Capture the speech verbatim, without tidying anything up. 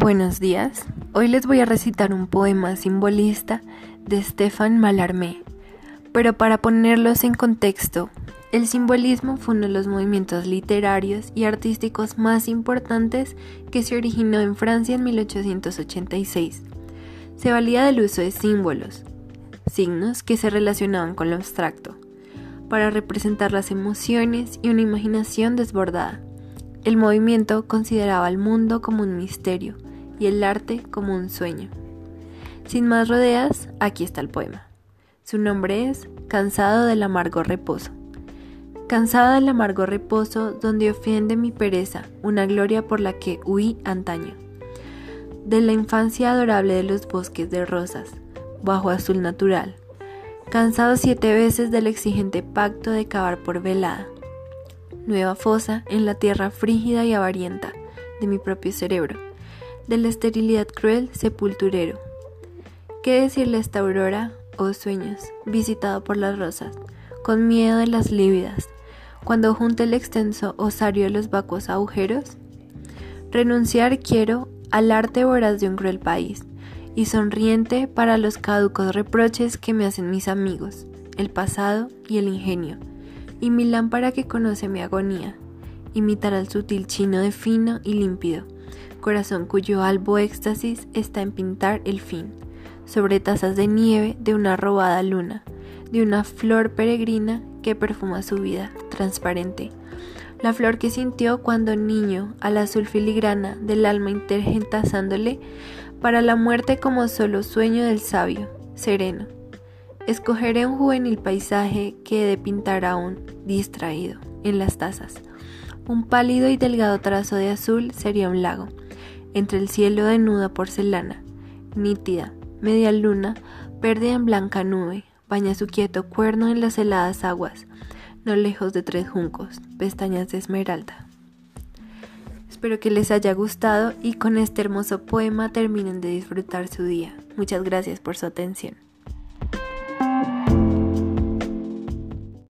Buenos días, hoy les voy a recitar un poema simbolista de Stéphane Mallarmé, pero para ponerlos en contexto, el simbolismo fue uno de los movimientos literarios y artísticos más importantes que se originó en Francia en mil ochocientos ochenta y seis. Se valía del uso de símbolos, signos que se relacionaban con lo abstracto, para representar las emociones y una imaginación desbordada. El movimiento consideraba al mundo como un misterio y el arte como un sueño. Sin más rodeas, aquí está el poema. Su nombre es Cansado del amargo reposo. Cansada del amargo reposo donde ofiende mi pereza, una gloria por la que huí antaño. De la infancia adorable de los bosques de rosas, bajo azul natural. Cansado siete veces del exigente pacto de cavar por velada. Nueva fosa en la tierra frígida y avarienta de mi propio cerebro, de la esterilidad cruel sepulturero. ¿Qué decirle a esta aurora, oh sueños, visitado por las rosas, con miedo de las lívidas, cuando junte el extenso osario de los vacuos agujeros? Renunciar quiero al arte voraz de un cruel país, y sonriente para los caducos reproches que me hacen mis amigos, el pasado y el ingenio, y mi lámpara que conoce mi agonía, imitar al sutil chino de fino y límpido, corazón cuyo albo éxtasis está en pintar el fin, sobre tazas de nieve de una robada luna, de una flor peregrina que perfuma su vida, transparente, la flor que sintió cuando niño al azul filigrana del alma intergentazándole para la muerte como solo sueño del sabio, sereno. Escogeré un juvenil paisaje que he de pintar aún, distraído, en las tazas. Un pálido y delgado trazo de azul sería un lago, entre el cielo de nuda porcelana, nítida, media luna, perdida en blanca nube, baña su quieto cuerno en las heladas aguas, no lejos de tres juncos, pestañas de esmeralda. Espero que les haya gustado y con este hermoso poema terminen de disfrutar su día. Muchas gracias por su atención.